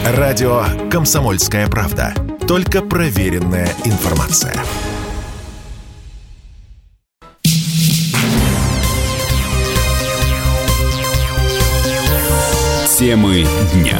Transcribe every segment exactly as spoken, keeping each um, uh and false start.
Радио «Комсомольская правда». Только проверенная информация. Темы дня.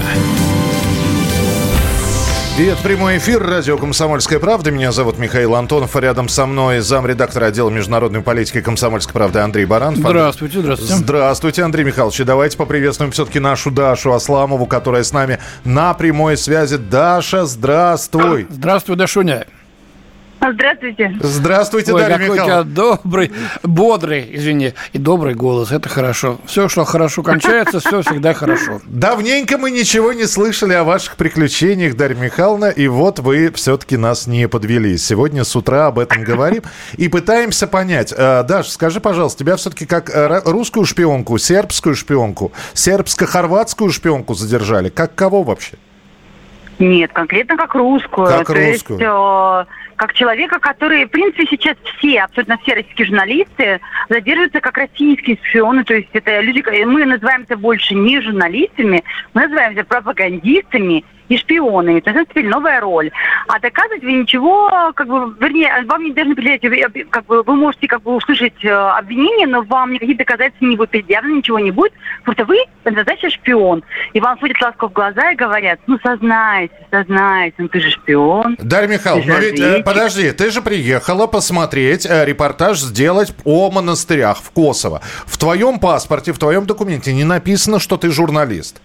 И это прямой эфир радио «Комсомольская правда». Меня зовут Михаил Антонов, а рядом со мной замредактора отдела международной политики «Комсомольской правды» Андрей Баранов. Здравствуйте, здравствуйте. Здравствуйте, Андрей Михайлович. Давайте поприветствуем все-таки нашу Дашу Асламову, которая с нами на прямой связи. Даша, здравствуй. Здравствуй, Дашуня. Здравствуйте. Здравствуйте, Ой, Дарья какой Михайловна. у тебя добрый, бодрый, извини, и добрый голос. Это хорошо. Все, что хорошо кончается, все всегда хорошо. Давненько мы ничего не слышали о ваших приключениях, Дарья Михайловна, и вот вы все-таки нас не подвели. Сегодня с утра об этом говорим и пытаемся понять. Даш, скажи, пожалуйста, тебя все-таки как русскую шпионку, сербскую шпионку, сербско-хорватскую шпионку задержали? Как кого вообще? Нет, конкретно как русскую. Как То русскую. есть, э, как человека, который, в принципе, сейчас все, абсолютно все российские журналисты задерживаются как российские шпионы. То есть это люди, мы называемся больше не журналистами, мы называемся пропагандистами и шпионами. То есть это теперь новая роль. А доказывать вы ничего, как бы, вернее, вам не должны предъявить, как бы, вы можете как бы услышать э, обвинения, но вам никаких доказательств не будет предъявлено, ничего не будет, потому что вы настоящий шпион. И вам смотрят ласково в глаза и говорят: ну, сознайся, сознайся, ну ты же шпион. Дарья Михайловна, но ведь, э, подожди, ты же приехала посмотреть, э, репортаж сделать о монастырях в Косово. В твоем паспорте, в твоем документе не написано, что ты журналист?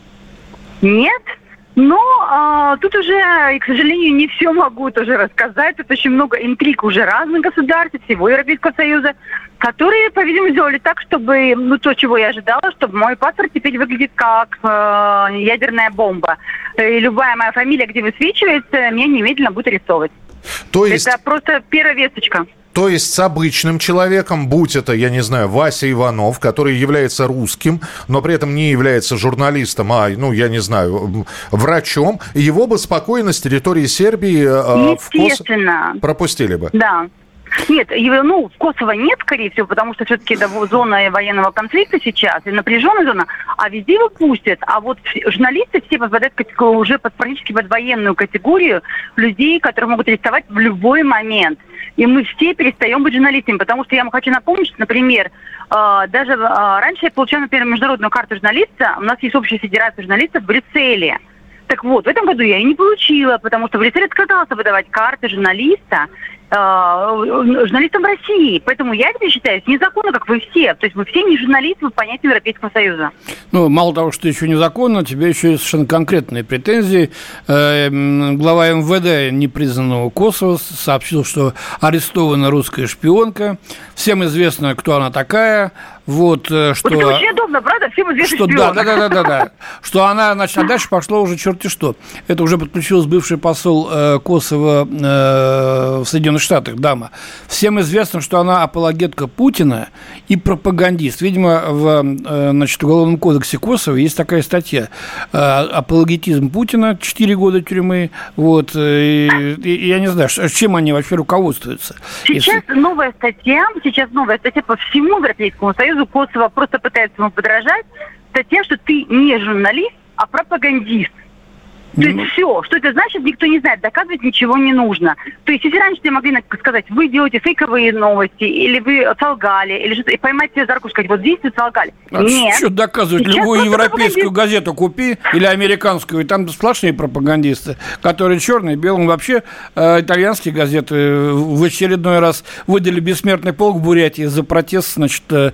Нет. Но а, тут уже, и, к сожалению, не все могу тоже рассказать. Тут очень много интриг уже разных государств, всего Европейского Союза, которые, по-видимому, сделали так, чтобы, ну, то, чего я ожидала, чтобы мой паспорт теперь выглядит как э, ядерная бомба. И любая моя фамилия, где высвечивается, меня немедленно будут арестовывать. То есть... Это просто первая весточка. То есть с обычным человеком, будь это, я не знаю, Вася Иванов, который является русским, но при этом не является журналистом, а, ну, я не знаю, врачом, его бы спокойно с территории Сербии э, в Косово пропустили бы. Да. Нет, его, ну, в Косово нет, скорее всего, потому что все-таки это зона военного конфликта сейчас, и напряженная зона, а везде его пустят. А вот журналисты все попадают уже под, практически под военную категорию людей, которые могут арестовать в любой момент. И мы все перестаем быть журналистами, потому что я вам хочу напомнить, что, например, э, даже э, раньше я получала, например, международную карту журналиста, у нас есть общая федерация журналистов в Брюсселе. Так вот, в этом году я ее не получила, потому что Брюссель отказался выдавать карты журналиста э, журналистам России. Поэтому я теперь считаю незаконно, как вы все. То есть вы все не журналисты по понятию Европейского Союза. Ну, мало того, что еще незаконно, у тебя еще есть совершенно конкретные претензии. Э, глава эм вэ дэ непризнанного Косово сообщил, что арестована русская шпионка. Всем известно, кто она такая. Вот, что... Вот это очень удобно, правда? Всем известный что, шпион. Да, да, да, да, да. Что она, значит, а дальше пошло уже черти что. Это уже подключился бывший посол э, Косово э, в Соединенных Штатах, дама. Всем известно, что она апологетка Путина и пропагандист. Видимо, в э, значит, Уголовном кодексе Косово есть такая статья. Э, апологетизм Путина, четыре года тюрьмы. Вот, и, и, и я не знаю, чем они вообще руководствуются. Сейчас Если... новая статья, сейчас новая статья по всему Европейскому Союзу. Косово просто пытается ему подражать, статья, что ты не журналист, а пропагандист. То есть mm-hmm. все, что это значит, никто не знает, доказывать ничего не нужно. То есть если раньше тебе могли сказать, вы делаете фейковые новости, или вы солгали, или что-то, и поймать тебя за руку, сказать, вот здесь вы солгали. А Нет. Что доказывать? Сейчас любую европейскую газету купи, или американскую, и там сплошные пропагандисты, которые черные, белые. Вообще э, итальянские газеты в очередной раз выдали бессмертный полк в Бурятии за протест, значит, э,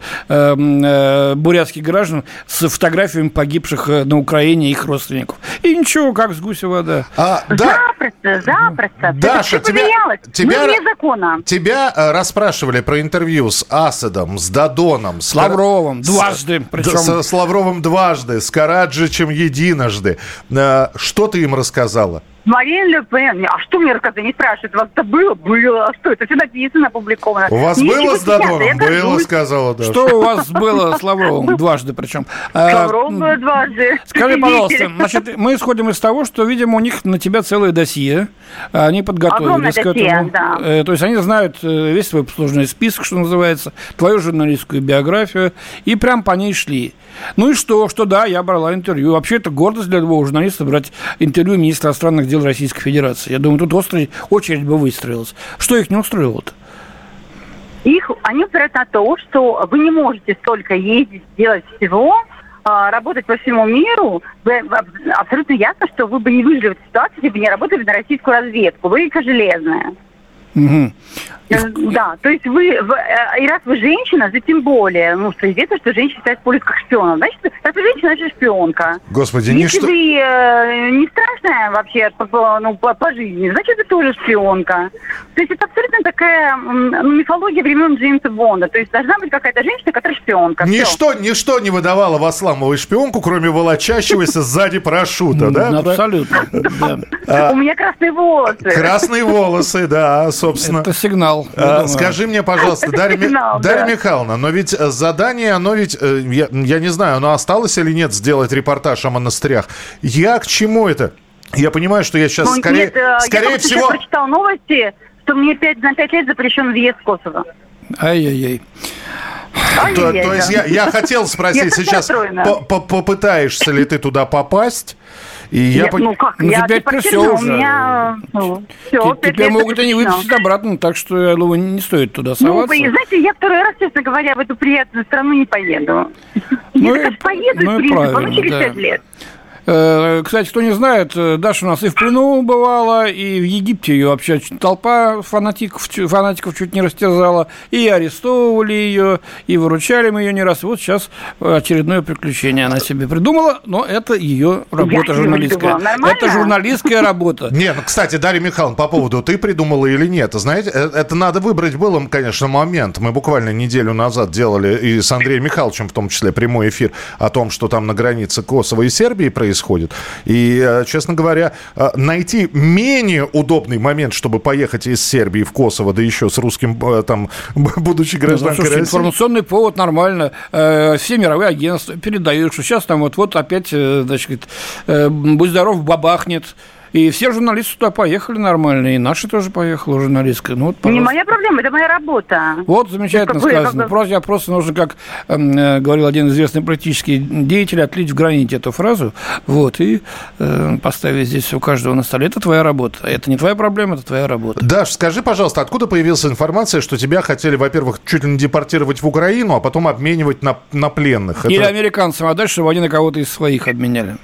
э, бурятских граждан с фотографиями погибших на Украине и их родственников. И ничего, как с гуся вода. А, да. Запросто, запросто. Даша, это тебя, тебя, ну, вне закона. тебя э, расспрашивали про интервью с Асадом, с Додоном, с, с Лавровым, с, дважды. Причем... С, с Лавровым дважды, с Караджичем единожды. Э, что ты им рассказала? Марин Ле Пен. А что мне рассказывать? Не спрашивают. У вас это было? Было. А что? Это все написано, опубликовано. У вас Есть было с Дадоном? Было, горжусь. сказала Даша. Что у вас было с Лавровым? Дважды причем. С Лавровым было дважды. Скажи, пожалуйста, значит, мы исходим из того, что, видимо, у них на тебя целое досье. Они подготовились к досье, этому. Да. То есть они знают весь твой послужной список, что называется, твою журналистскую биографию, и прям по ней шли. Ну и что? Что да, я брала интервью. Вообще это гордость для любого журналиста брать интервью министра иностранных дел Российской Федерации. Я думаю, тут острая очередь бы выстроилась. Что их не устроило-то? Их, они упирают на то, что вы не можете столько ездить, делать всего, работать по всему миру. Вы, абсолютно ясно, что вы бы не выжили в этой ситуации, если бы не работали на российскую разведку. Вы как железная. Угу. Да, то есть вы, вы, и раз вы женщина, то тем более, ну, что известно, что женщина считается полис как шпионом. Значит, раз вы женщина, значит, шпионка. Господи, Если ничто... вы э, не страшная вообще по, ну, по, по жизни, значит, вы тоже шпионка. То есть это абсолютно такая ну, мифология времен Джеймса Бонда. То есть должна быть какая-то женщина, которая шпионка. Ничто, ничто не выдавало Васламовой шпионку, кроме волочащегося сзади парашюта, да? Абсолютно, У меня красные волосы. Красные волосы, да, собственно. Это сигнал. А, скажи мне, пожалуйста, Дарья, сигнал, Дарья да. Михайловна, но ведь задание, оно ведь, я, я не знаю, оно осталось или нет сделать репортаж о монастырях. Я к чему это? Я понимаю, что я сейчас Ну, скорее, нет, я скорее всего... всего... Я прочитал новости, что мне пять, на пять лет запрещен въезд в Косово. Ай-яй-яй. То, то есть я, я хотел спросить Я сейчас, по- по- попытаешься ли ты туда попасть? И я, Я, по- ну как, Ну, я теперь депортирована, всё у уже. меня... Ну, все, Т- Тебя могут и не выпустить обратно, так что, я думаю, не стоит туда Ну, соваться. вы знаете, я второй раз, честно говоря, в эту приятную страну не поеду. Ну Я и- как поеду, ну и в принципе, правильно, ну, через да. пять лет. Э, Кстати, кто не знает, э, Даша у нас и в плену бывала, и в Египте ее вообще чуть- толпа фанатиков, чу- фанатиков чуть не растерзала, и арестовывали ее, и выручали мы ее не раз. И вот сейчас очередное приключение она себе придумала, но это ее работа Я журналистская. придумала. Нормально? Это журналистская работа. Не, ну, кстати, Дарья Михайловна, по поводу, ты придумала или нет, знаете, э- это надо выбрать было, конечно, момент. Мы буквально неделю назад делали, и с Андреем Михайловичем в том числе, прямой эфир о том, что там на границе Косово и Сербии происходит. И, э, честно говоря, э, найти менее удобный момент, чтобы поехать из Сербии в Косово, да еще с русским, э, там, будучи Ну, гражданкой слушайте, России. информационный повод нормально. Э, Все мировые агентства передают, что сейчас там вот-вот опять, э, значит, э, будь здоров, бабахнет. И все журналисты туда поехали нормально, и наши тоже поехали журналистка. Ну, вот, Не пожалуйста. моя проблема, это моя работа. Вот, замечательно Как бы, сказано. как бы- Просто, я просто нужно, как э, говорил один известный политический деятель, отлить в граните эту фразу, вот, и э, поставить здесь у каждого на столе. Это твоя работа. Это не твоя проблема, это твоя работа. Даш, скажи, пожалуйста, откуда появилась информация, что тебя хотели, во-первых, чуть ли не депортировать в Украину, а потом обменивать на, на пленных? Или Это- американцам отдать, чтобы они на кого-то из своих обменяли.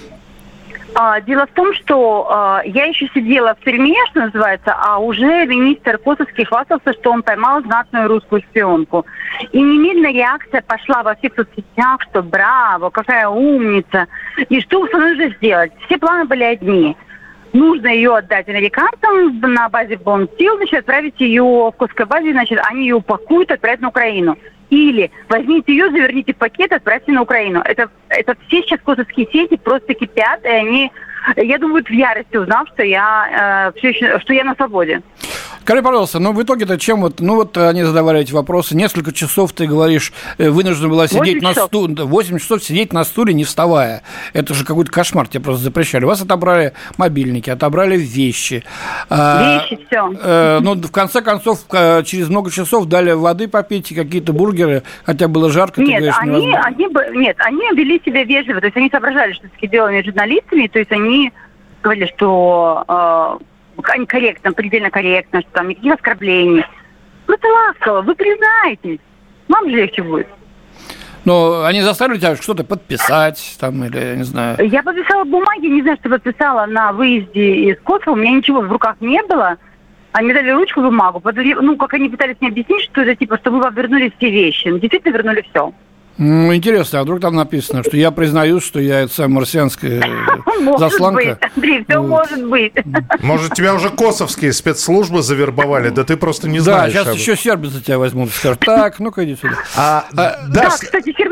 А, дело в том, что а, я еще сидела в тюрьме, что называется, а уже министр Косовский хвастался, что он поймал знатную русскую шпионку. И немедленная реакция пошла во всех соцсетях, что браво, какая умница. И что нужно сделать? Все планы были одни. Нужно ее отдать американцам на базе Бонстил, значит, отправить ее в Косовской базе, значит, они ее упакуют, отправят на Украину. Или возьмите ее, заверните в пакет, отправьте на Украину. Это, это все сейчас косовские сети просто кипят, и они, я думаю, в ярости узнав, что я, э, все еще, что я на свободе. Скажи, пожалуйста, ну в итоге-то чем вот, ну вот они задавали эти вопросы, несколько часов, ты говоришь, вынуждена была сидеть на стуле, восемь часов сидеть на стуле, не вставая. Это же какой-то кошмар, тебе просто запрещали. Вас отобрали мобильники, отобрали вещи. Вещи, все. Э, ну, в конце концов, через много часов дали воды попить и какие-то бургеры, хотя было жарко, ты Нет, говоришь, они, они, нет, они вели себя вежливо, то есть они соображали, что таки делали журналистами, то есть они говорили, что... Э, они корректно, предельно корректно, что там никаких оскорблений. Просто ласково, вы признаетесь. Вам же легче будет. Но они заставили тебя что-то подписать, там, или, я не знаю... Я подписала бумаги, не знаю, что подписала на выезде из Косово, у меня ничего в руках не было. Они дали ручку, бумагу. Ну, как они пытались мне объяснить, что это типа, что мы вам вернули все вещи. Ну, действительно вернули все. Ну, интересно, а вдруг там написано, что я признаю, что я это самая марсианская засланка? Может быть, Андрей, все Вот. может быть. Может, тебя уже косовские спецслужбы завербовали, да ты просто не Да, знаешь. сейчас об этом. еще сербы за тебя возьмут и скажут, так, ну-ка иди сюда. А, А, да, Да, с- кстати,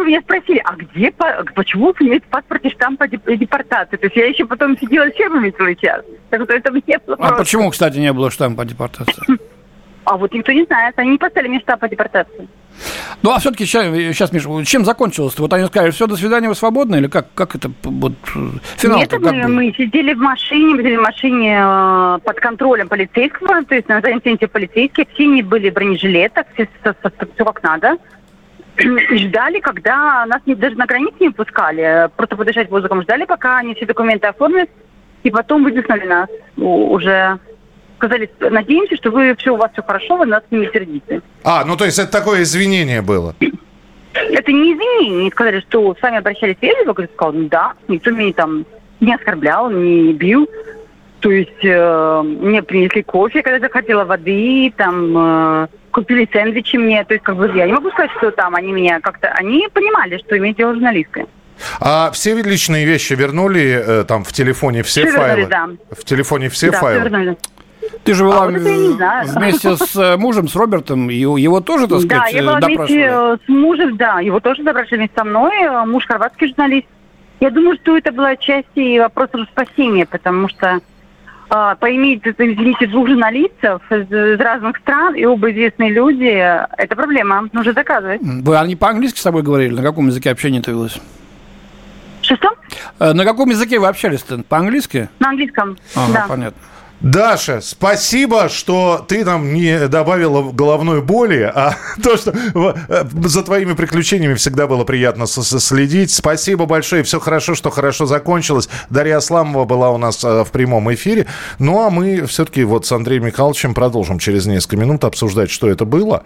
вы меня спросили, а где, почему нет в паспорте штамп о депортации? То есть я еще потом сидела с сербами целый час. Так что это мне было А просто... почему, кстати, не было штампа о депортации? А вот никто не знает. Они не поставили мне штамп о депортации. Ну, а все-таки сейчас, Миша, чем закончилось-то? Вот они сказали, все, до свидания, вы свободны? Или как, как это, вот, финал? Нет, мы, мы сидели в машине, мы сидели в машине э, под контролем полицейского, то есть на инциденте полицейские, все они были в бронежилетах, все, все, все как надо. И ждали, когда нас не, даже на границе не пускали, просто подышать воздухом, ждали, пока они все документы оформят, и потом выписали нас уже... Сказали, надеемся, что вы все, у вас все хорошо, вы нас не сердите. А, ну то есть это такое извинение было? Это не извинение. Они сказали, что с вами обращались вежливо. Я сказал, ну да, никто меня там не оскорблял, не бил. То есть э, мне принесли кофе, когда я захотела, воды, там э, купили сэндвичи мне. То есть как бы я не могу сказать, что там они меня как-то... Они понимали, что имеет дело журналистка. А все личные вещи вернули э, там в телефоне, все, все файлы? Вернули, да. В телефоне все да, файлы? Все вернули. Ты же была а вот вместе с мужем, с Робертом, его тоже, так сказать, да, я была допрашивали? Вместе с мужем, да, его тоже допрашивали вместе со мной, муж хорватский журналист. Я думаю, что это была часть и вопроса спасения, потому что э, поиметь, извините, двух журналистов из, из разных стран, и оба известные люди, это проблема, нужно доказывать. Вы они по-английски с тобой говорили? На каком языке общение-то велось? Что? На каком языке вы общались-то? По-английски? На английском, ага, да. Понятно. Даша, спасибо, что ты нам не добавила головной боли, а то, что за твоими приключениями всегда было приятно следить. Спасибо большое, все хорошо, что хорошо закончилось. Дарья Асламова была у нас в прямом эфире. Ну, а мы все-таки вот с Андреем Михайловичем продолжим через несколько минут обсуждать, что это было,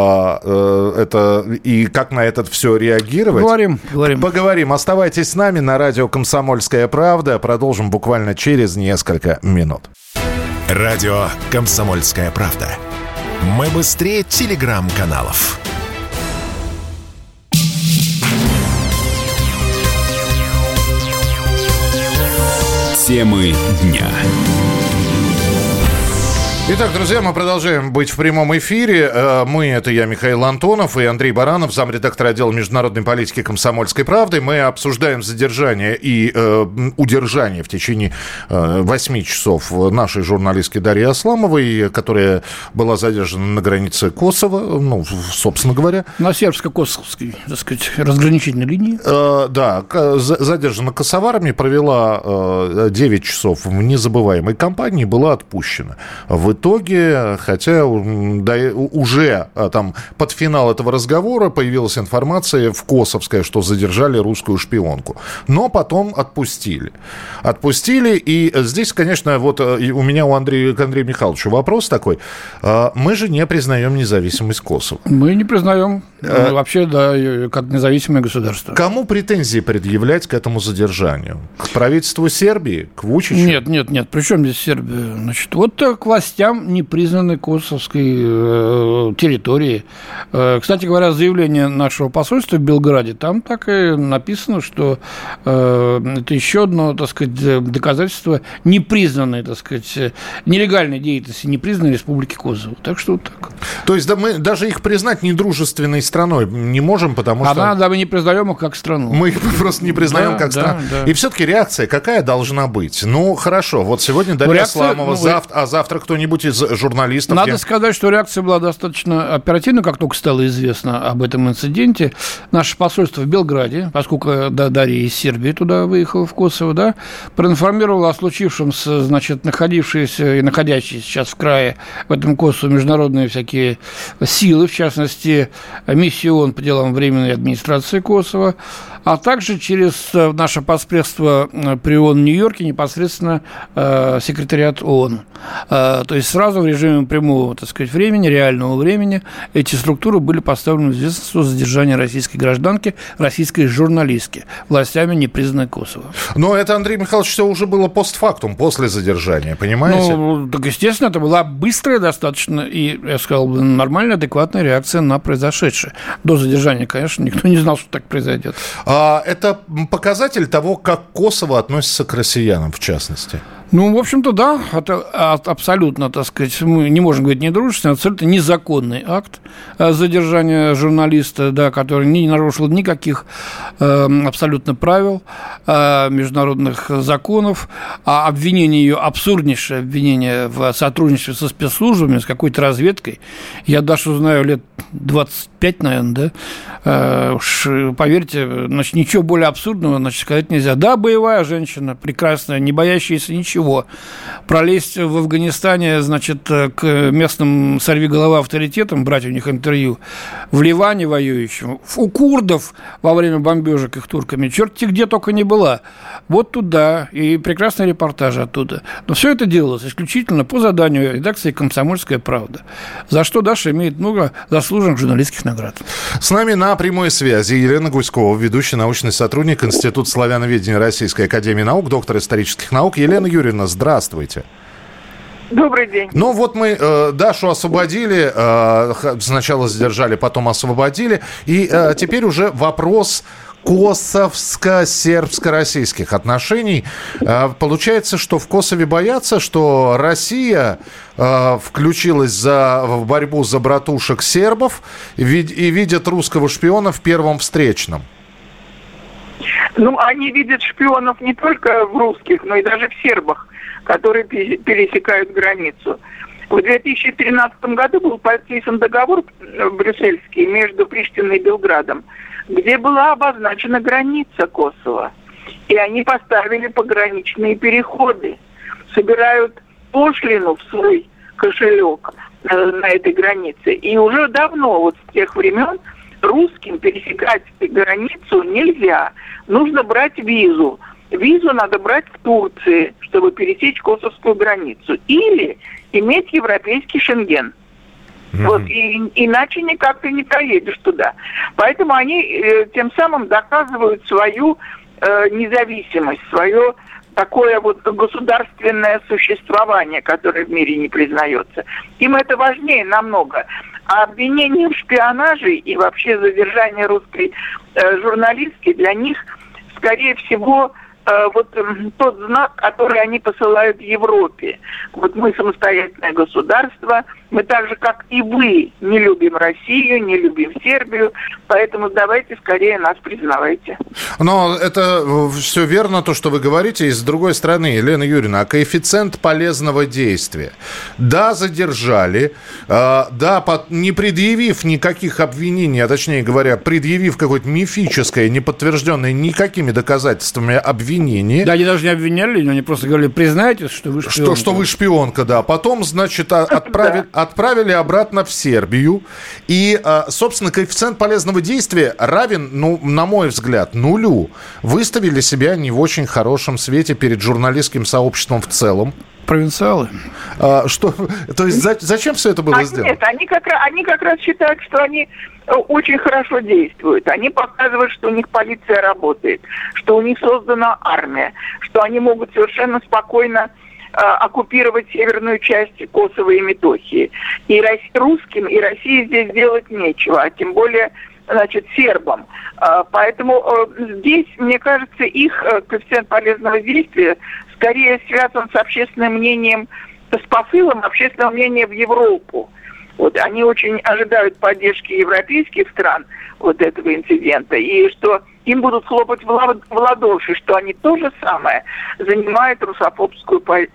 это, и как на это все реагировать. Говорим, говорим. Поговорим. Оставайтесь с нами на радио «Комсомольская правда». Продолжим буквально через несколько минут. Радио «Комсомольская правда». Мы быстрее телеграм-каналов. Темы дня. Итак, друзья, мы продолжаем быть в прямом эфире. Мы, это я, Михаил Антонов, и Андрей Баранов, замредактор отдела международной политики «Комсомольской правды». Мы обсуждаем задержание и э, удержание в течение э, восьми часов нашей журналистки Дарьи Асламовой, которая была задержана на границе Косово, ну, собственно говоря. На сербско-косовской, так сказать, разграничительной линии. Э, да, задержана косоварами, провела э, девять часов в незабываемой кампании, была отпущена. В итоге, хотя да, уже там под финал этого разговора появилась информация в Косовское, что задержали русскую шпионку. Но потом отпустили. Отпустили, и здесь, конечно, вот у меня у Андрея, к Андрею Михайловичу вопрос такой. Мы же не признаем независимость Косово. Мы не признаем. А... Вообще, да, как независимое государство. Кому претензии предъявлять к этому задержанию? К правительству Сербии? К Вучичу? Нет, нет, нет. При чем здесь Сербия? Значит, вот к властям непризнанной косовской э, территории. Э, кстати говоря, заявление нашего посольства в Белграде, там так и написано, что э, это еще одно, так сказать, доказательство непризнанной, так сказать, нелегальной деятельности непризнанной республики Косово. Так что вот так. То есть да, мы даже их признать недружественной страной не можем, потому что... Она, да, мы не признаем их как страну. Мы их просто не признаем да, как да, страну. Да. И все-таки реакция какая должна быть? Ну, хорошо, вот сегодня Дарья реакция, Асламова, ну, завтра, а завтра кто-нибудь из журналистов... Надо я... сказать, что реакция была достаточно оперативна, как только стало известно об этом инциденте. Наше посольство в Белграде, поскольку да, Дарья из Сербии туда выехала, в Косово, да, проинформировала о случившемся, значит, находившиеся и находящиеся сейчас в крае в этом Косово международные всякие силы, в частности, миссион по делам Временной администрации Косово, а также через наше посредство при ООН в Нью-Йорке непосредственно э, секретариат ООН. Э, то есть сразу в режиме прямого, так сказать, времени, реального времени эти структуры были поставлены в известность о задержании российской гражданки, российской журналистки, властями непризнанной Косово. Но это, Андрей Михайлович, все уже было постфактум, после задержания, понимаете? Ну, так, естественно, это была быстрая достаточно и, я сказал бы, нормальная, адекватная реакция на произошедшее. До задержания, конечно, никто не знал, что так произойдет. А это показатель того, как Косово относится к россиянам, в частности? Ну, в общем-то, да, это абсолютно, так сказать, мы не можем говорить недружественный, абсолютно незаконный акт задержания журналиста, да, который не нарушил никаких э, абсолютно правил, э, международных законов, а обвинение ее, абсурднейшее обвинение в сотрудничестве со спецслужбами, с какой-то разведкой, я даже знаю лет двадцать пять, наверное, да, э, уж, поверьте, значит, ничего более абсурдного, значит, сказать нельзя. Да, боевая женщина, прекрасная, не боящаяся ничего, пролезть в Афганистане, значит, к местным сорвиголова авторитетам, брать у них интервью, в Ливане воюющем, у курдов во время бомбежек их турками, черти где только не была. Вот туда, и прекрасные репортажи оттуда. Но все это делалось исключительно по заданию редакции «Комсомольская правда», за что Даша имеет много заслуженных журналистских наград. С нами на прямой связи Елена Гуськова, ведущий научный сотрудник Института славяноведения Российской академии наук, доктор исторических наук. Елена Юрьевна, здравствуйте. Добрый день. Ну вот мы э, Дашу освободили, э, сначала задержали, потом освободили, и э, теперь уже вопрос косовско-сербско-российских отношений. Э, получается, что в Косове боятся, что Россия э, включилась за, в борьбу за братушек сербов и, и видят русского шпиона в первом встречном. Ну, они видят шпионов не только в русских, но и даже в сербах, которые пересекают границу. В две тысячи тринадцатом году был подписан договор брюссельский между Приштиной и Белградом, где была обозначена граница Косово. И они поставили пограничные переходы, собирают пошлину в свой кошелек на этой границе. И уже давно, вот с тех времен, русским пересекать границу нельзя. Нужно брать визу. Визу надо брать в Турции, чтобы пересечь косовскую границу. Или иметь европейский Шенген. Mm-hmm. Вот, и, иначе никак ты не проедешь туда. Поэтому они э, тем самым доказывают свою э, независимость, свое такое вот государственное существование, которое в мире не признается. Им это важнее намного. А обвинение в шпионаже и вообще задержание русской э, журналистки для них, скорее всего, э, вот э, тот знак, который они посылают в Европе. Вот мы самостоятельное государство, мы так же, как и вы, не любим Россию, не любим Сербию, поэтому давайте скорее нас признавайте. Но это все верно, то, что вы говорите. И с другой стороны, Елена Юрьевна, а коэффициент полезного действия? Да, задержали, э, да, под, не предъявив никаких обвинений, а точнее говоря, предъявив какое-то мифическое, не подтвержденное никакими доказательствами обвинение. Да, они даже не обвиняли, они просто говорили, признайтесь, что вы шпионка. Что, что вы шпионка, да. Потом, значит, отправили, отправили обратно в Сербию. И, собственно, коэффициент полезного действия равен, ну, на мой взгляд, нулю. Выставили себя не в очень хорошем свете перед журналистским сообществом в целом. Провинциалы. А, что, то есть за, зачем все это было а, сделано? Нет, они как, они как раз считают, что они очень хорошо действуют. Они показывают, что у них полиция работает, что у них создана армия, что они могут совершенно спокойно э, оккупировать северную часть Косово и Метохии. И Россия, русским и России здесь делать нечего, а тем более, значит, сербам. Э, поэтому э, здесь, мне кажется, их э, коэффициент полезного действия скорее связан с общественным мнением, с посылом общественного мнения в Европу. Вот они очень ожидают поддержки европейских стран вот этого инцидента, и что им будут хлопать в ладоши, что они то же самое занимают русофобскую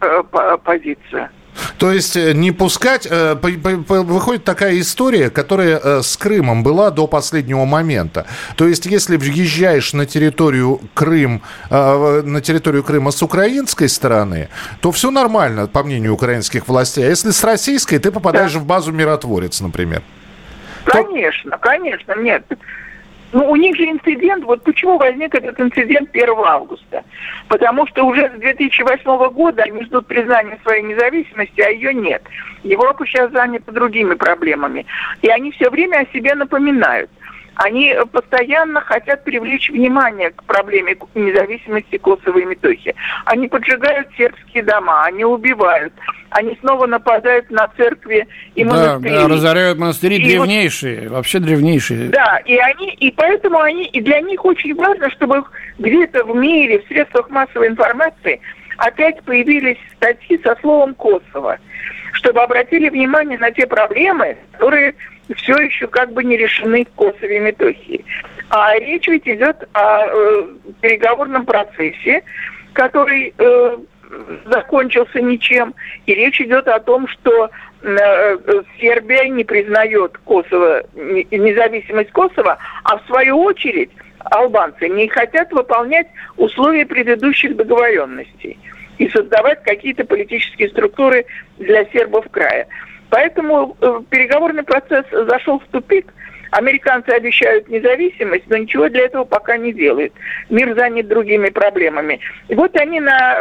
позицию. То есть не пускать... Выходит такая история, которая с Крымом была до последнего момента. То есть если въезжаешь на территорию Крым, на территорию Крыма с украинской стороны, то все нормально, по мнению украинских властей. А если с российской, ты попадаешь да. в базу «Миротворец», например. Конечно, то... конечно, нет. Ну, у них же инцидент, вот почему возник этот инцидент первого августа? Потому что уже с две тысячи восьмого года они ждут признания своей независимости, а ее нет. Европа сейчас занята другими проблемами. И они все время о себе напоминают. Они постоянно хотят привлечь внимание к проблеме независимости Косово и Метохии. Они поджигают сербские дома, они убивают, они снова нападают на церкви и монастыри. Да, да, разоряют монастыри и древнейшие, вот, вообще древнейшие. Да, и они, и поэтому они, и для них очень важно, чтобы где-то в мире, в средствах массовой информации опять появились статьи со словом «Косово», чтобы обратили внимание на те проблемы, которые все еще как бы не решены в Косове и Метохии. А речь ведь идет о э, переговорном процессе, который э, закончился ничем. И речь идет о том, что э, Сербия не признает Косово, независимость Косово, а в свою очередь албанцы не хотят выполнять условия предыдущих договоренностей и создавать какие-то политические структуры для сербов края. Поэтому э, переговорный процесс зашел в тупик. Американцы обещают независимость, но ничего для этого пока не делают. Мир занят другими проблемами. И вот они, на,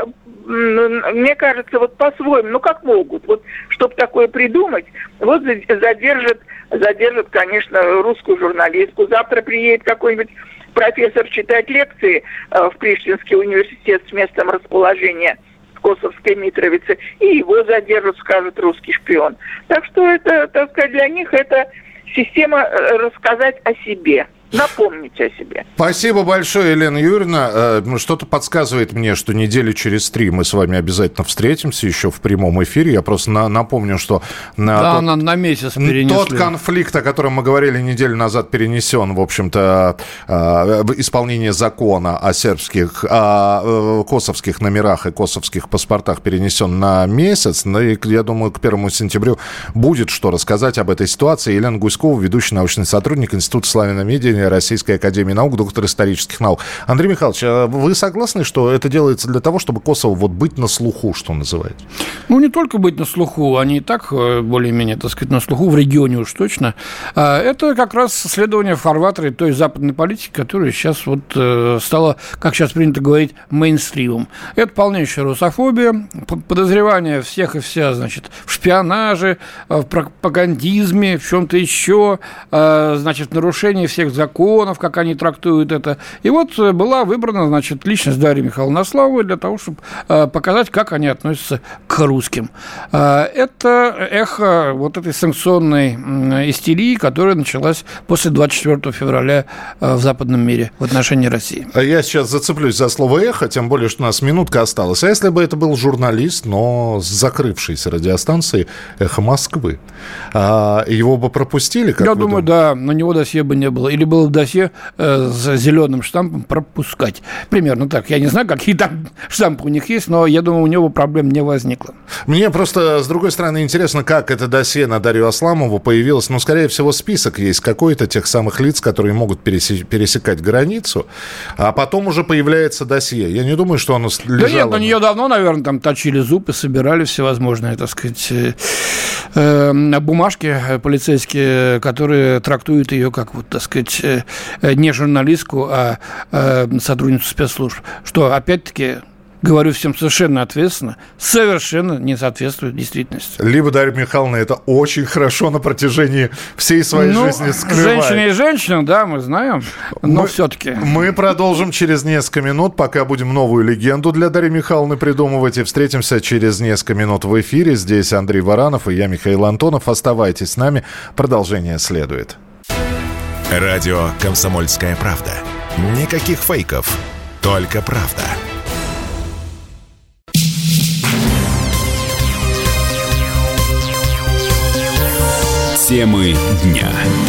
мне кажется, вот по-своему, ну как могут, вот чтобы такое придумать, вот задержат, задержат, конечно, русскую журналистку. Завтра приедет какой-нибудь профессор читать лекции э, в Приштинский университет с местом расположения в Косовской Митровице, и его задержат, скажут, русский шпион. Так что это, так сказать, для них это система рассказать о себе. Напомнить о себе. Спасибо большое, Елена Юрьевна. Что-то подсказывает мне, что недели через три мы с вами обязательно встретимся еще в прямом эфире. Я просто на, напомню, что на, да, тот, на, на месяц перенесли. Тот конфликт, о котором мы говорили неделю назад, перенесен, в общем-то, в исполнение закона о сербских, о косовских номерах и косовских паспортах перенесен на месяц. Ну, и, я думаю, к первому сентября будет что рассказать об этой ситуации. Елена Гуськова, ведущий научный сотрудник Института славяноведения Российской академии наук, доктор исторических наук. Андрей Михайлович, а вы согласны, что это делается для того, чтобы Косово вот быть на слуху, что называется? Ну, не только быть на слуху, они и так более-менее, так сказать, на слуху, в регионе уж точно. Это как раз следование в фарватере той западной политики, которая сейчас вот стала, как сейчас принято говорить, мейнстримом. Это полнейшая русофобия, подозревание всех и вся, значит, в шпионаже, в пропагандизме, в чем-то еще, значит, в нарушении всех законов, законов, как они трактуют это. И вот была выбрана, значит, личность Дарьи Михайловны Асламовой для того, чтобы показать, как они относятся к русским. Это эхо вот этой санкционной истерии, которая началась после двадцать четвёртого февраля в западном мире в отношении России. Я сейчас зацеплюсь за слово «эхо», тем более, что у нас минутка осталась. А если бы это был журналист, но с закрывшейся радиостанции «Эхо Москвы», его бы пропустили? Как Я думаю, думаете? Да, на него досье бы не было. Или было в досье э, с зеленым штампом пропускать. Примерно так. Я не знаю, какие там штампы у них есть, но я думаю, у него проблем не возникло. Мне просто, с другой стороны, интересно, как это досье на Дарью Асламову появилось. Ну, скорее всего, список есть какой-то тех самых лиц, которые могут пересек- пересекать границу, а потом уже появляется досье. Я не думаю, что оно лежало... Да нет, на нее давно, наверное, там точили зуб и собирали всевозможные, так сказать, э, э, бумажки полицейские, которые трактуют ее как, вот, так сказать, не журналистку, а сотрудницу спецслужб. Что, опять-таки, говорю всем совершенно ответственно, совершенно не соответствует действительности. Либо Дарья Михайловна это очень хорошо на протяжении всей своей ну, жизни скрывает. Женщина и женщина, да, мы знаем, но мы, все-таки. Мы продолжим через несколько минут, пока будем новую легенду для Дарьи Михайловны придумывать, и встретимся через несколько минут в эфире. Здесь Андрей Баранов и я, Михаил Антонов. Оставайтесь с нами, продолжение следует. Радио «Комсомольская правда». Никаких фейков, только правда. Темы дня.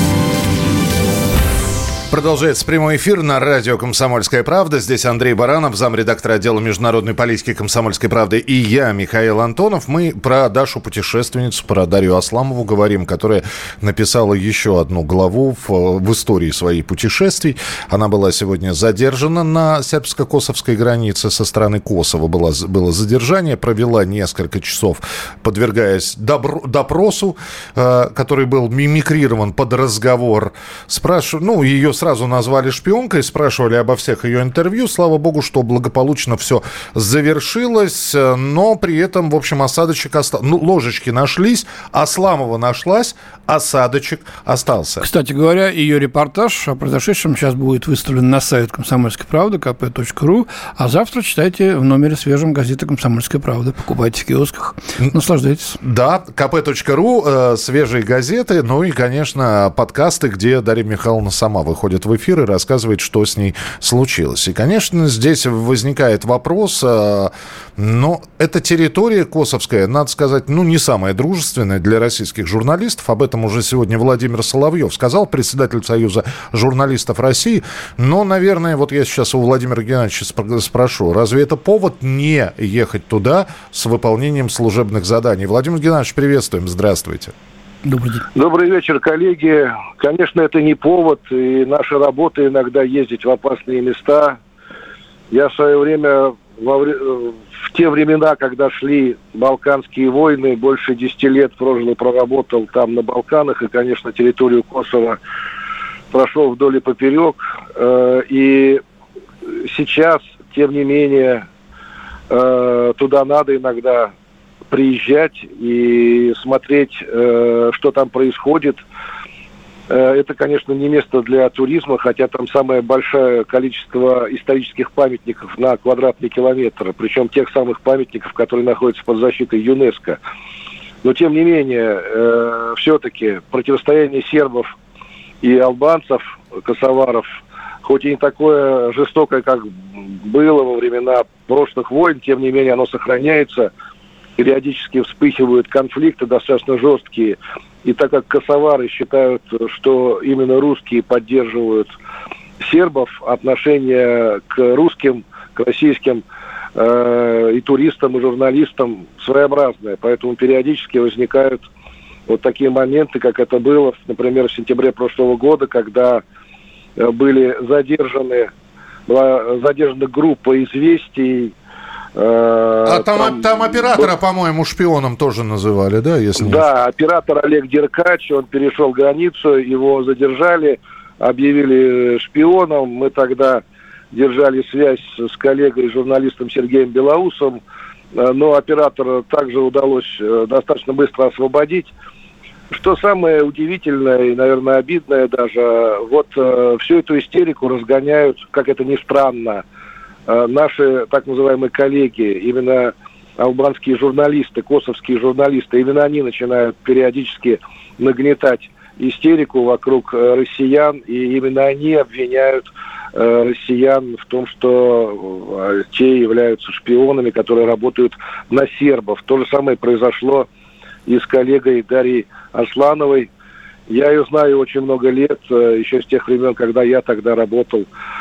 Продолжается прямой эфир на радио «Комсомольская правда». Здесь Андрей Баранов, замредактора отдела международной политики «Комсомольской правды», и я, Михаил Антонов. Мы про Дашу-путешественницу, про Дарью Асламову говорим, которая написала еще одну главу в, в истории своих путешествий. Она была сегодня задержана на сербско-косовской границе со стороны Косово. Было, было задержание, провела несколько часов, подвергаясь добро, допросу, э, который был мимикрирован под разговор. Спрашиваю, ну, ее сразу назвали шпионкой, спрашивали обо всех ее интервью. Слава богу, что благополучно все завершилось, но при этом, в общем, осадочек остался. Ну, ложечки нашлись, Асламова нашлась, осадочек остался. Кстати говоря, ее репортаж о произошедшем сейчас будет выставлен на сайт «Комсомольской правды» ка пэ точка ру, а завтра читайте в номере свежем газеты «Комсомольская правда». Покупайте в киосках, наслаждайтесь. Да, ка пэ точка ру, э, свежие газеты, ну и, конечно, подкасты, где Дарья Михайловна сама выходит выходит в эфир и рассказывает, что с ней случилось. И, конечно, здесь возникает вопрос, но эта территория косовская, надо сказать, ну, не самая дружественная для российских журналистов. Об этом уже сегодня Владимир Соловьев сказал, председатель Союза журналистов России. Но, наверное, вот я сейчас у Владимира Геннадьевича спрошу, разве это повод не ехать туда с выполнением служебных заданий? Владимир Геннадьевич, приветствуем, здравствуйте. Добрый день. Добрый вечер, коллеги. Конечно, это не повод, и наша работа иногда ездить в опасные места. Я в свое время, во, в те времена, когда шли Балканские войны, больше десяти лет прожил и проработал там на Балканах, и, конечно, территорию Косово прошел вдоль и поперек. И сейчас, тем не менее, туда надо иногда приезжать и смотреть, э, что там происходит. Э, это, конечно, не место для туризма, хотя там самое большое количество исторических памятников на квадратный километр, причем тех самых памятников, которые находятся под защитой ЮНЕСКО. Но, тем не менее, э, все-таки противостояние сербов и албанцев, косоваров, хоть и не такое жестокое, как было во времена прошлых войн, тем не менее оно сохраняется. Периодически вспыхивают конфликты достаточно жесткие. И так как косовары считают, что именно русские поддерживают сербов, отношение к русским, к российским э, и туристам, и журналистам своеобразное. Поэтому периодически возникают вот такие моменты, как это было, например, в сентябре прошлого года, когда были задержаны, была задержана группа известий. А там, там, там оператора, был... по-моему, шпионом тоже называли, да? Если не... Да, оператор Олег Деркач, он перешел границу, его задержали, объявили шпионом. Мы тогда держали связь с коллегой, журналистом Сергеем Белоусом, но оператора также удалось достаточно быстро освободить. Что самое удивительное и, наверное, обидное даже, вот всю эту истерику разгоняют, как это ни странно, наши так называемые коллеги, именно албанские журналисты, косовские журналисты, именно они начинают периодически нагнетать истерику вокруг россиян, и именно они обвиняют россиян в том, что те являются шпионами, которые работают на сербов. То же самое произошло и с коллегой Дарьей Аслановой. Я ее знаю очень много лет, еще с тех времен, когда я тогда работал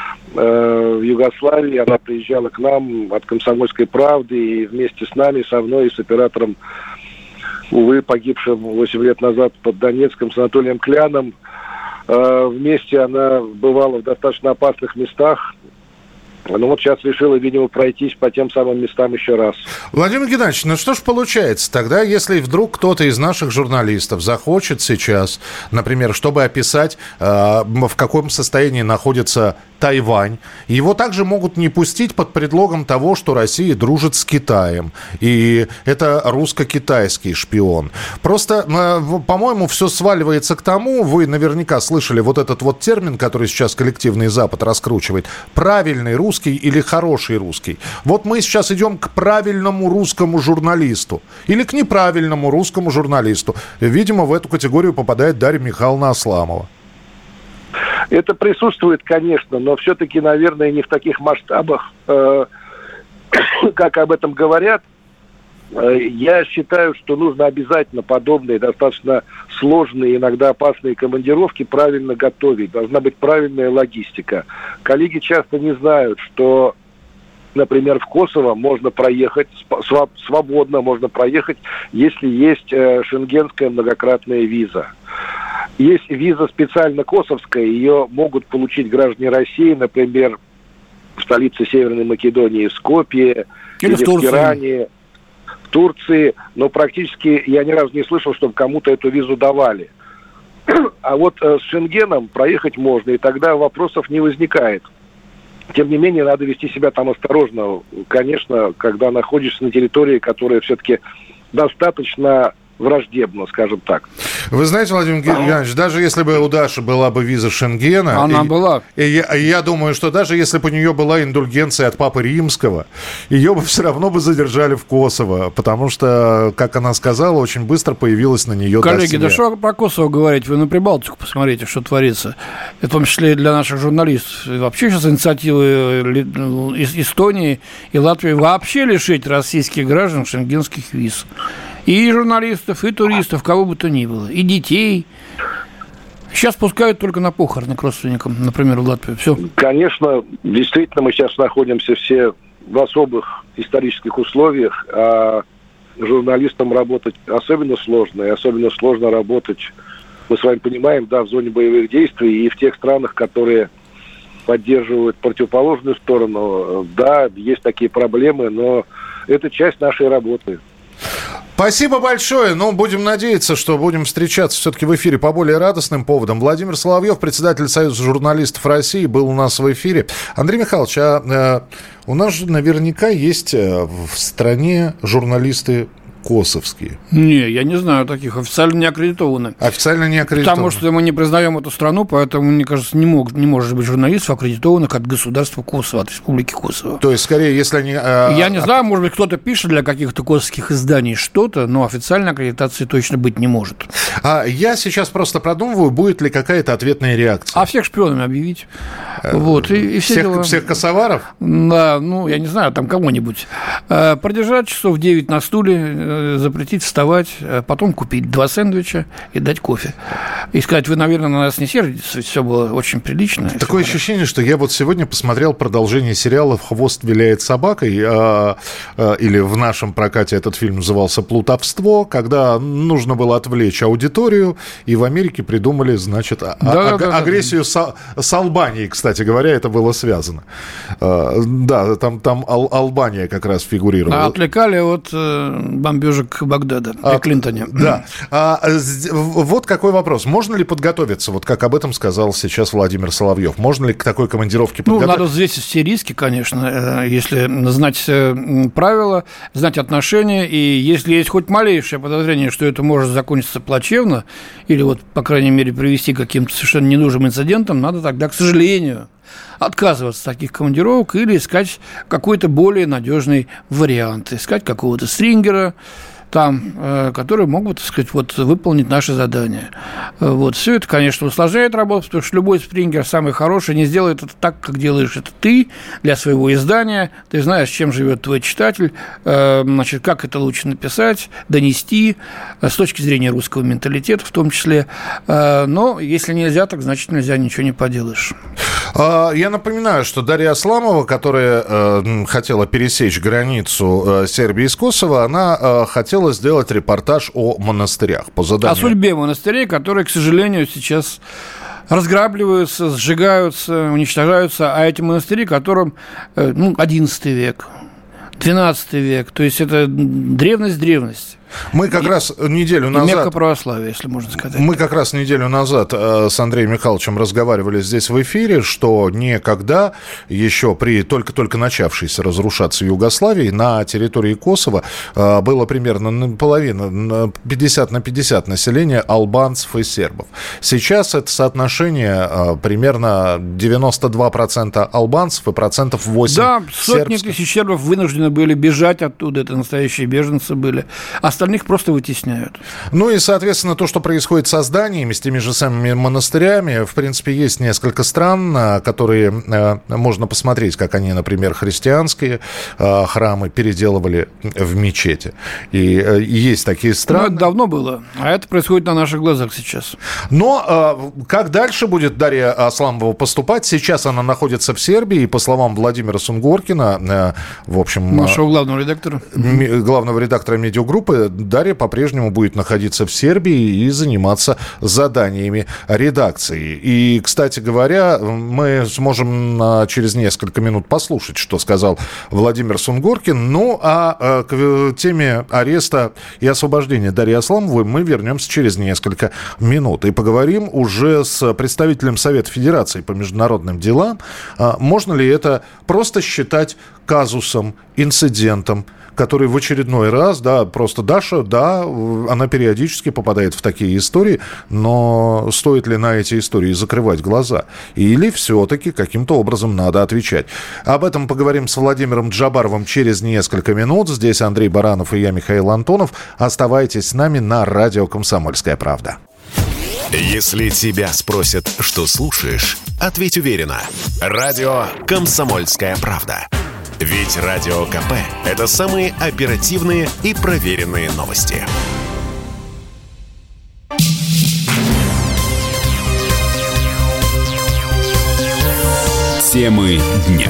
в Югославии. Она приезжала к нам от «Комсомольской правды» и вместе с нами, со мной и с оператором, увы, погибшим восемь лет назад под Донецком, с Анатолием Кляном. Вместе она бывала в достаточно опасных местах. Ну вот сейчас решила, видимо, пройтись по тем самым местам еще раз. Владимир Геннадьевич, ну что ж получается тогда, если вдруг кто-то из наших журналистов захочет сейчас, например, чтобы описать, э, в каком состоянии находится Тайвань, его также могут не пустить под предлогом того, что Россия дружит с Китаем, и это русско-китайский шпион. Просто, э, по-моему, все сваливается к тому, вы наверняка слышали вот этот вот термин, который сейчас коллективный Запад раскручивает, правильный русский или хороший русский. Вот мы сейчас идем к правильному русскому журналисту или к неправильному русскому журналисту. Видимо, в эту категорию попадает Дарья Михайловна Асламова. Это присутствует, конечно, но все-таки, наверное, не в таких масштабах, э, как об этом говорят. Я считаю, что нужно обязательно подобные, достаточно сложные, иногда опасные командировки правильно готовить. Должна быть правильная логистика. Коллеги часто не знают, что, например, в Косово можно проехать, свободно можно проехать, если есть шенгенская многократная виза. Есть виза специально косовская, ее могут получить граждане России, например, в столице Северной Македонии, в Скопье, или, или в Тиране, в Турции, но практически я ни разу не слышал, чтобы кому-то эту визу давали. А вот э, с Шенгеном проехать можно, и тогда вопросов не возникает. Тем не менее, надо вести себя там осторожно. Конечно, когда находишься на территории, которая все-таки достаточно враждебно, скажем так. Вы знаете, Владимир Геннадьевич, даже если бы у Даши была бы виза Шенгена... Она и, была. И я, я думаю, что даже если бы у нее была индульгенция от Папы Римского, ее бы все равно бы задержали в Косово, потому что, как она сказала, очень быстро появилась на нее Коллеги, досье. да что про Косово говорить? Вы на Прибалтику посмотрите, что творится. И в том числе и для наших журналистов. И вообще сейчас инициативы из Эстонии и Латвии вообще лишить российских граждан шенгенских виз. И журналистов, и туристов, кого бы то ни было, и детей. Сейчас пускают только на похороны к родственникам, например, в Латвию. Все. Конечно, действительно, мы сейчас находимся все в особых исторических условиях, а журналистам работать особенно сложно, и особенно сложно работать, мы с вами понимаем, да, в зоне боевых действий и в тех странах, которые поддерживают противоположную сторону. Да, есть такие проблемы, но это часть нашей работы. Спасибо большое. Ну, будем надеяться, что будем встречаться все-таки в эфире по более радостным поводам. Владимир Соловьев, председатель Союза журналистов России, был у нас в эфире. Андрей Михайлович, а э, у нас же наверняка есть в стране журналисты косовские. Не, я не знаю таких. Официально не аккредитованы. Официально не аккредитованы. Потому что мы не признаем эту страну, поэтому, мне кажется, не, мог, не может быть журналистов, аккредитованных от государства Косово, от Республики Косово. То есть, скорее, если они... Э, я не знаю, может быть, кто-то пишет для каких-то косовских изданий что-то, но официальной аккредитации точно быть не может. А я сейчас просто продумываю, будет ли какая-то ответная реакция. А всех шпионами объявить. Вот, и, и все всех, дела. всех косоваров? Да, ну, я не знаю, там кого-нибудь. Продержать часов девять на стуле, запретить вставать, потом купить два сэндвича и дать кофе. И сказать, вы, наверное, на нас не сердитесь, ведь все было очень прилично. Такое ощущение, что я вот сегодня посмотрел продолжение сериала «Хвост виляет собакой», а, а, или в нашем прокате этот фильм назывался «Плутовство», когда нужно было отвлечь аудиторию, и в Америке придумали, значит, а, да, а, да, агрессию да. С, с Албанией, кстати говоря, это было связано. А, да, там, там Ал, Албания как раз фигурировала. А отвлекали от э, бомбежек Багдада при а, Клинтоне. Да. А, вот какой вопрос. Можно ли подготовиться, вот как об этом сказал сейчас Владимир Соловьев? Можно ли к такой командировке подготовиться? Ну, надо взвесить все риски, конечно, если знать правила, знать отношения, и если есть хоть малейшее подозрение, что это может закончиться плачевно, или вот, по крайней мере, привести к каким-то совершенно ненужным инцидентам, надо тогда, к сожалению, отказываться от таких командировок или искать какой-то более надежный вариант, искать какого-то стрингера, там, которые могут, так сказать, вот, выполнить наши задания. Вот. Все это, конечно, усложняет работу, потому что любой спрингер, самый хороший, не сделает это так, как делаешь это ты для своего издания. Ты знаешь, чем живет твой читатель, значит, как это лучше написать, донести, с точки зрения русского менталитета в том числе. Но если нельзя, так значит нельзя, ничего не поделаешь. Я напоминаю, что Дарья Асламова, которая хотела пересечь границу Сербии с Косово, она хотела сделать репортаж о монастырях по заданию. О судьбе монастырей, которые, к сожалению, сейчас разграбливаются, сжигаются, уничтожаются, а эти монастыри, которым, ну, одиннадцатый век, двенадцатый век, то есть это древность-древность. Мы как и, раз неделю назад... Мекка православия, если можно сказать. Мы как раз неделю назад с Андреем Михайловичем разговаривали здесь в эфире, что никогда еще при только-только начавшейся разрушаться Югославии на территории Косово было примерно половина, пятьдесят на пятьдесят населения албанцев и сербов. Сейчас это соотношение примерно девяносто два процента албанцев и процентов восемь да, сотни сербских. тысяч сербов вынуждены были бежать оттуда, это настоящие беженцы были. Остальных просто вытесняют. Ну и, соответственно, то, что происходит со зданиями, с теми же самыми монастырями, в принципе, есть несколько стран, которые можно посмотреть, как они, например, христианские храмы переделывали в мечети. И есть такие страны. Ну, это давно было, а это происходит на наших глазах сейчас. Но как дальше будет Дарья Асламова поступать? Сейчас она находится в Сербии, и, по словам Владимира Сунгоркина, в общем... Нашего главного редактора. Главного редактора «Медиагруппы», Дарья по-прежнему будет находиться в Сербии и заниматься заданиями редакции. И, кстати говоря, мы сможем через несколько минут послушать, что сказал Владимир Сунгоркин. Ну, а к теме ареста и освобождения Дарьи Асламовой мы вернемся через несколько минут. И поговорим уже с представителем Совета Федерации по международным делам. Можно ли это просто считать казусом, инцидентом, который в очередной раз, да, просто Даша, да, она периодически попадает в такие истории, но стоит ли на эти истории закрывать глаза? Или все-таки каким-то образом надо отвечать? Об этом поговорим с Владимиром Джабаровым через несколько минут. Здесь Андрей Баранов и я, Михаил Антонов. Оставайтесь с нами на радио «Комсомольская правда». Если тебя спросят, что слушаешь, ответь уверенно. Радио «Комсомольская правда». Ведь Радио КП – это самые оперативные и проверенные новости. Темы дня.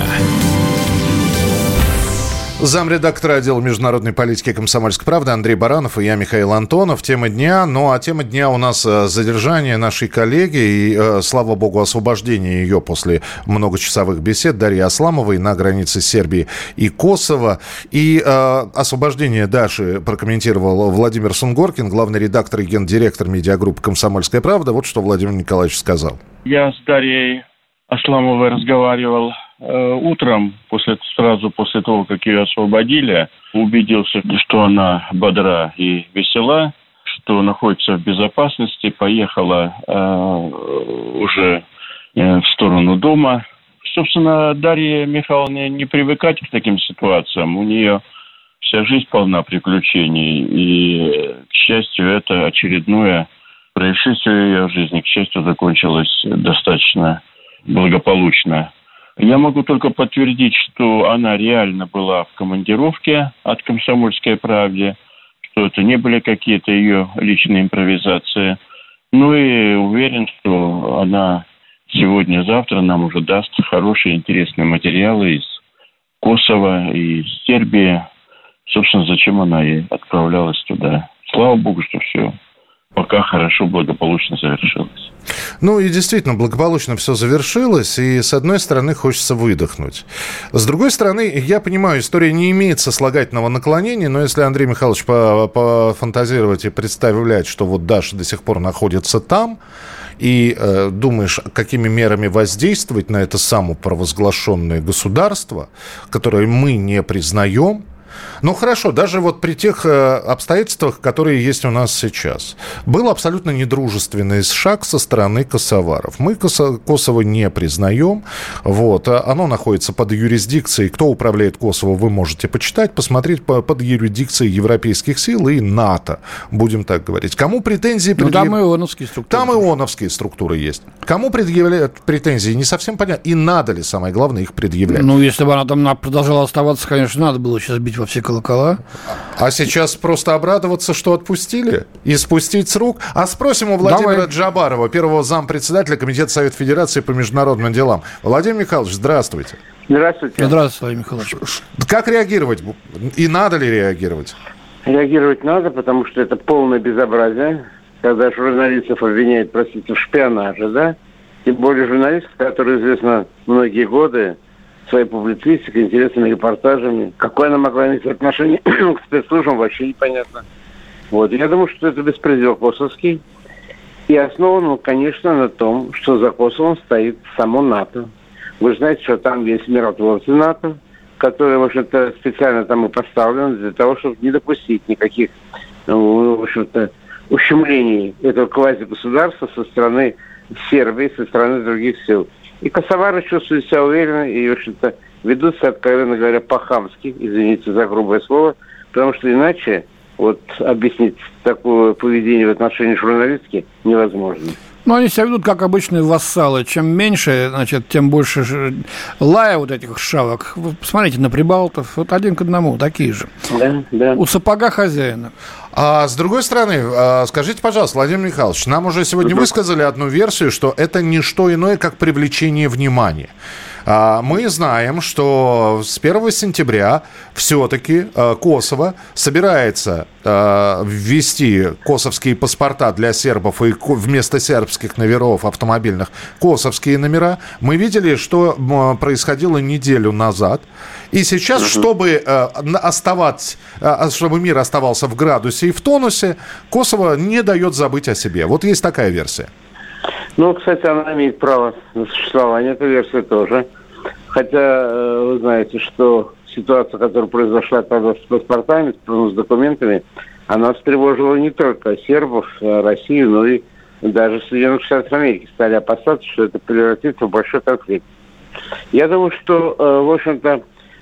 Замредактора отдела международной политики «Комсомольской правды» Андрей Баранов и я, Михаил Антонов. Тема дня. Ну, а тема дня у нас задержание нашей коллеги и, слава богу, освобождение ее после многочасовых бесед Дарьи Асламовой на границе Сербии и Косово. И э, освобождение Даши прокомментировал Владимир Сунгоркин, главный редактор и гендиректор медиагруппы «Комсомольская правда». Вот что Владимир Николаевич сказал. Я с Дарьей Асламовой разговаривал утром, после, сразу после того, как ее освободили, убедился, что она бодра и весела, что находится в безопасности, поехала э, уже э, в сторону дома. Собственно, Дарье Михайловне не привыкать к таким ситуациям. У нее вся жизнь полна приключений, и, к счастью, это очередное происшествие в ее жизни, к счастью, закончилось достаточно благополучно. Я могу только подтвердить, что она реально была в командировке от «Комсомольской правды», что это не были какие-то ее личные импровизации. Ну и уверен, что она сегодня-завтра нам уже даст хорошие, интересные материалы из Косово и из Сербии. Собственно, зачем она и отправлялась туда. Слава богу, что все пока хорошо, благополучно завершилось. Ну и действительно, благополучно все завершилось, и с одной стороны хочется выдохнуть. С другой стороны, я понимаю, история не имеет сослагательного наклонения, но если Андрей Михайлович пофантазировать и представлять, что вот Даша до сих пор находится там, и э, думаешь, какими мерами воздействовать на это самопровозглашенное государство, которое мы не признаем. Ну, хорошо, даже вот при тех э, обстоятельствах, которые есть у нас сейчас. Был абсолютно недружественный шаг со стороны косоваров. Мы Косо- Косово не признаем. Вот. Оно находится под юрисдикцией. Кто управляет Косово, вы можете почитать, посмотреть по- под юрисдикцией европейских сил и НАТО, будем так говорить. Кому претензии... Ну, предъяв... там и ионовские структуры. Там и ионовские структуры есть. Кому предъявляют претензии, не совсем понятно. И надо ли, самое главное, их предъявлять. Ну, если бы она там продолжала оставаться, конечно, надо было сейчас бить во все колокола. А сейчас просто обрадоваться, что отпустили? И спустить с рук? А спросим у Владимира Давай. Джабарова, первого зампредседателя Комитета Совета Федерации по международным делам. Владимир Михайлович, здравствуйте. Здравствуйте. Здравствуйте, Владимир Михайлович. Как реагировать? И надо ли реагировать? Реагировать надо, потому что это полное безобразие, когда журналистов обвиняют, простите, в шпионаже, да? Тем более журналистов, которые известно многие годы своей публицистикой, интересными репортажами. Какое она могла иметь отношение к спецслужбам, вообще непонятно. Вот. Я думаю, что это беспредел косовский. И основан он, конечно, на том, что за Косовом стоит само НАТО. Вы знаете, что там есть миротворцы НАТО, которые, в общем-то, специально там и поставлены для того, чтобы не допустить никаких, ну, в общем-то, ущемлений этого квазигосударства со стороны Сербии, со стороны других сил. И косовары чувствуют себя уверенно и, в общем-то, ведут себя, откровенно говоря, по-хамски, извините за грубое слово, потому что иначе вот объяснить такое поведение в отношении журналистики невозможно. Ну, они себя ведут как обычные вассалы. Чем меньше, значит, тем больше лая вот этих шавок. Вы посмотрите на прибалтов. Вот один к одному, такие же. Да, да. У сапога хозяина. А с другой стороны, скажите, пожалуйста, Владимир Михайлович, нам уже сегодня высказали одну версию, что это не что иное, как привлечение внимания. Мы знаем, что с первого сентября все-таки Косово собирается ввести косовские паспорта для сербов и вместо сербских номеров автомобильных косовские номера. Мы видели, что происходило неделю назад. И сейчас, чтобы оставать, чтобы мир оставался в градусе и в тонусе, Косово не дает забыть о себе. Вот есть такая версия. Ну, кстати, она имеет право на существование, эта версия тоже. Хотя вы знаете, что ситуация, которая произошла тогда с паспортами, с документами, она встревожила не только сербов, Россию, но и даже Соединенных Штатов Америки стали опасаться, что это превратится в большой конфликт. Я думаю, что, в общем-то,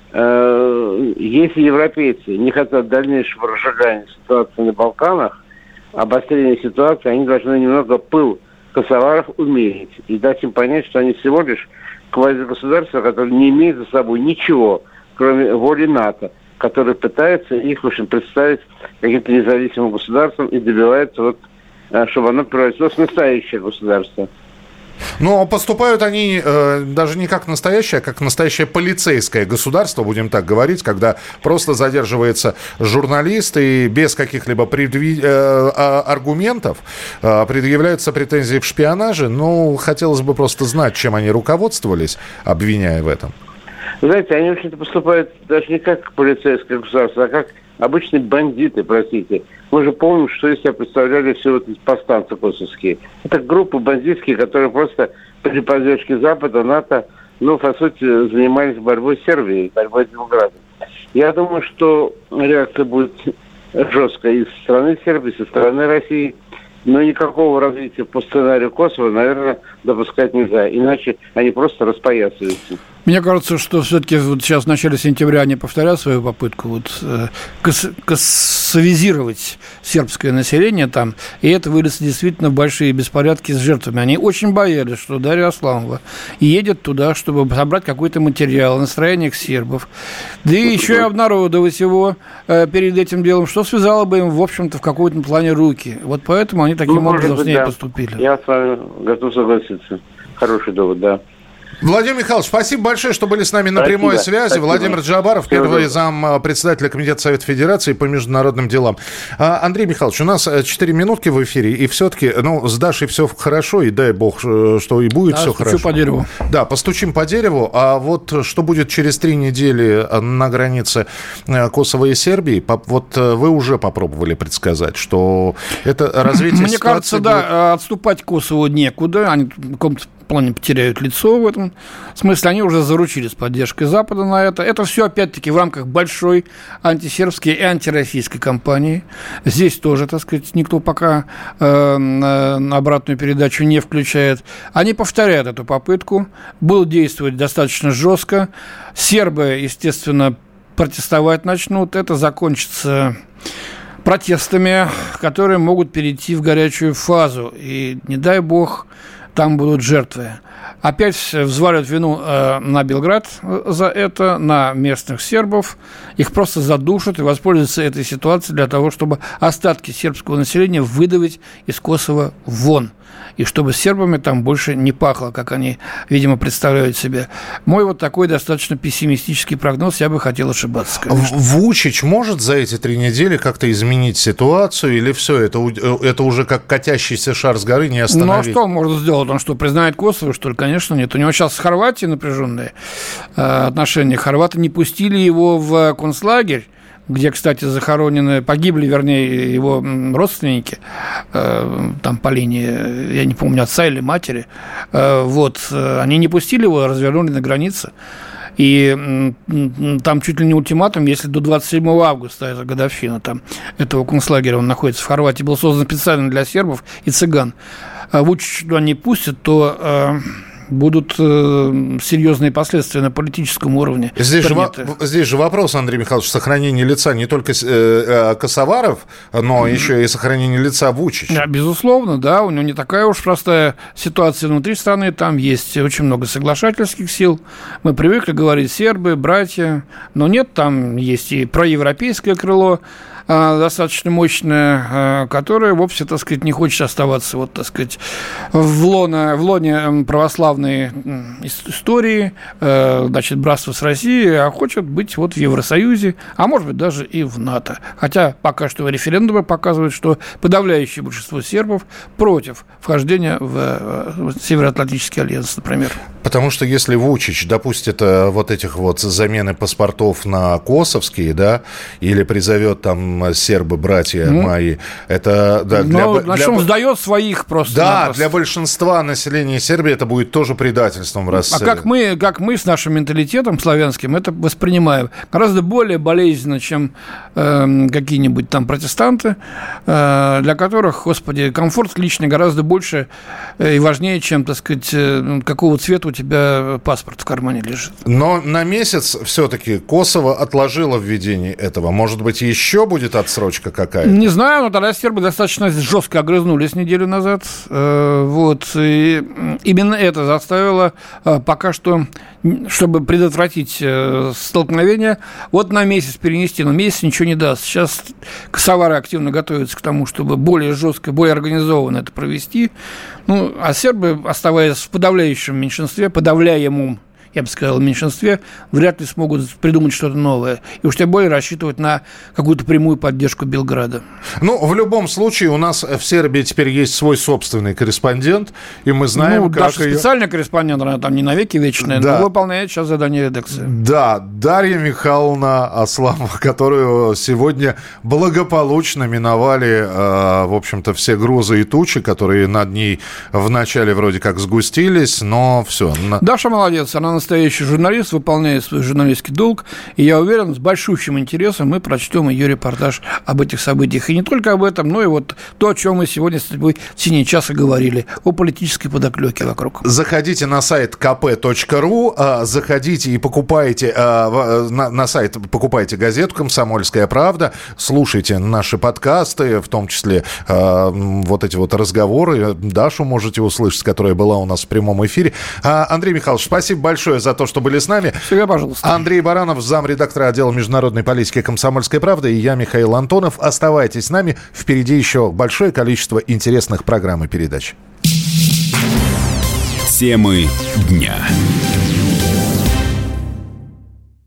если европейцы не хотят дальнейшего разжигания ситуации на Балканах, обострения ситуации, они должны немного пыл косоваров умерить и дать им понять, что они всего лишь квазигосударства, которые не имеют за собой ничего, кроме воли НАТО, которые пытаются их, в общем, представить каким-то независимым государством и добиваются, вот, чтобы оно превратилось в настоящее государство. Но поступают они э, даже не как настоящее, а как настоящее полицейское государство, будем так говорить, когда просто задерживается журналист и без каких-либо предви... э, аргументов э, предъявляются претензии в шпионаже. Ну, хотелось бы просто знать, чем они руководствовались, обвиняя в этом. Знаете, они, в общем-то, поступают даже не как полицейское государство, а как обычные бандиты, простите. Мы же помним, что из себя представляли все вот эти повстанцы косовские. Это группы бандитские, которые просто при поддержке Запада, НАТО, ну, по сути, занимались борьбой с Сербией, борьбой с Белградом. Я думаю, что реакция будет жесткая и со стороны Сербии, со стороны России. Но никакого развития по сценарию Косово, наверное, допускать нельзя. Иначе они просто распоясываются. Мне кажется, что все-таки вот сейчас в начале сентября они повторят свою попытку вот, э, кос- косовизировать сербское население там, и это выльется действительно в большие беспорядки с жертвами. Они очень боялись, что Дарья Асламова едет туда, чтобы собрать какой-то материал о настроениях сербов, да и еще и обнародовать его э, перед этим делом, что связало бы им, в общем-то, в каком-то плане руки. Вот поэтому они таким ну, образом быть, с ней да. поступили. Я с вами готов согласиться. Хороший довод, да. Владимир Михайлович, спасибо большое, что были с нами на спасибо, прямой связи. Спасибо. Владимир Джабаров, Всего первый зам председателя Комитета Совета Федерации по международным делам. Андрей Михайлович, у нас четыре минутки в эфире, и все-таки, ну, с Дашей все хорошо, и дай бог, что и будет да, все хорошо. по дереву. Да, постучим по дереву. А вот что будет через три недели на границе Косово и Сербии, вот вы уже попробовали предсказать, что это развитие Мне кажется, будет... да, отступать Косово некуда, они в каком-то плане потеряют лицо в этом смысле. Они уже заручились поддержкой Запада на это. Это все, опять-таки, в рамках большой антисербской и антироссийской кампании. Здесь тоже, так сказать, никто пока э, на обратную передачу не включает. Они повторяют эту попытку. Будут действовать достаточно жестко. Сербы, естественно, протестовать начнут. Это закончится протестами, которые могут перейти в горячую фазу. И, не дай бог, там будут жертвы. Опять взваливают вину э, на Белград за это, на местных сербов. Их просто задушат и воспользуются этой ситуацией для того, чтобы остатки сербского населения выдавить из Косово вон. И чтобы с сербами там больше не пахло, как они, видимо, представляют себе. Мой вот такой достаточно пессимистический прогноз, я бы хотел ошибаться, конечно. Вучич может за эти три недели как-то изменить ситуацию, или все, это, это уже как катящийся шар с горы не остановить? Ну, а что он может сделать? Он что, признает Косово, что ли? Конечно, нет. У него сейчас с Хорватией напряженные э, отношения. Хорваты не пустили его в концлагерь, где, кстати, захоронены, погибли, вернее, его родственники, э, там по линии, я не помню, отца или матери, э, вот, они не пустили его, развернули на границе, и э, там чуть ли не ультиматум, если до двадцать седьмого августа, это годовщина там, этого концлагеря, он находится в Хорватии, был создан специально для сербов и цыган, Вучич туда не пустят, то... Э, будут э, серьезные последствия на политическом уровне. Здесь же, здесь же вопрос, Андрей Михайлович, сохранение лица не только э, косоваров, но mm-hmm. еще и сохранение лица Вучича. Да, безусловно, да, у него не такая уж простая ситуация внутри страны, там есть очень много соглашательских сил. Мы привыкли говорить сербы, братья, но нет, там есть и проевропейское крыло, достаточно мощная, которая вовсе, так сказать, не хочет оставаться, вот, так сказать, в лоне, в лоне православной истории, значит, братства с Россией, а хочет быть вот в Евросоюзе, а может быть даже и в НАТО. Хотя пока что референдумы показывают, что подавляющее большинство сербов против вхождения в Североатлантический альянс, например. Потому что если Вучич допустит вот этих вот замены паспортов на косовские, да, или призовет там сербы, братья mm. мои. Это, да, для, ну, для, значит, он сдает своих просто. Да, напросто. Для большинства населения Сербии это будет тоже предательством в расцвете. А как мы, как мы с нашим менталитетом славянским это воспринимаем? Гораздо более болезненно, чем э, какие-нибудь там протестанты, э, для которых, господи, комфорт личный гораздо больше э, и важнее, чем, так сказать, э, какого цвета у тебя паспорт в кармане лежит. Но на месяц все-таки Косово отложило введение этого. Может быть, еще будет отсрочка какая-то? Не знаю, но тогда сербы достаточно жестко огрызнулись неделю назад. Э, вот. И именно это заставило э, пока что, чтобы предотвратить э, столкновение, вот на месяц перенести. Но месяц ничего не даст. Сейчас косовары активно готовятся к тому, чтобы более жестко, более организованно это провести. Ну, а сербы, оставаясь в подавляющем меньшинстве, подавляемом, я бы сказал, в меньшинстве, вряд ли смогут придумать что-то новое. И уж тем более рассчитывать на какую-то прямую поддержку Белграда. Ну, в любом случае, у нас в Сербии теперь есть свой собственный корреспондент, и мы знаем, ну, как Даша ее... специальный корреспондент, она там не навеки вечная, да. но выполняет сейчас задание редакции. Да, Дарья Михайловна Асламова, которую сегодня благополучно миновали, э, в общем-то, все грузы и тучи, которые над ней вначале вроде как сгустились, но все. Даша молодец, она настоящий журналист, выполняет свой журналистский долг, и я уверен, с большущим интересом мы прочтем ее репортаж об этих событиях. И не только об этом, но и вот то, о чем мы сегодня с тобой в течение часа говорили, о политической подоплеке вокруг. Заходите на сайт ка пэ точка ру, заходите и покупайте на, на сайт, покупайте газету «Комсомольская правда», слушайте наши подкасты, в том числе вот эти вот разговоры. Дашу можете услышать, которая была у нас в прямом эфире. Андрей Михайлович, спасибо большое за то, что были с нами. Всегда, пожалуйста. Андрей Баранов, замредактора отдела международной политики «Комсомольской правды», и я, Михаил Антонов. Оставайтесь с нами. Впереди еще большое количество интересных программ и передач. Темы дня.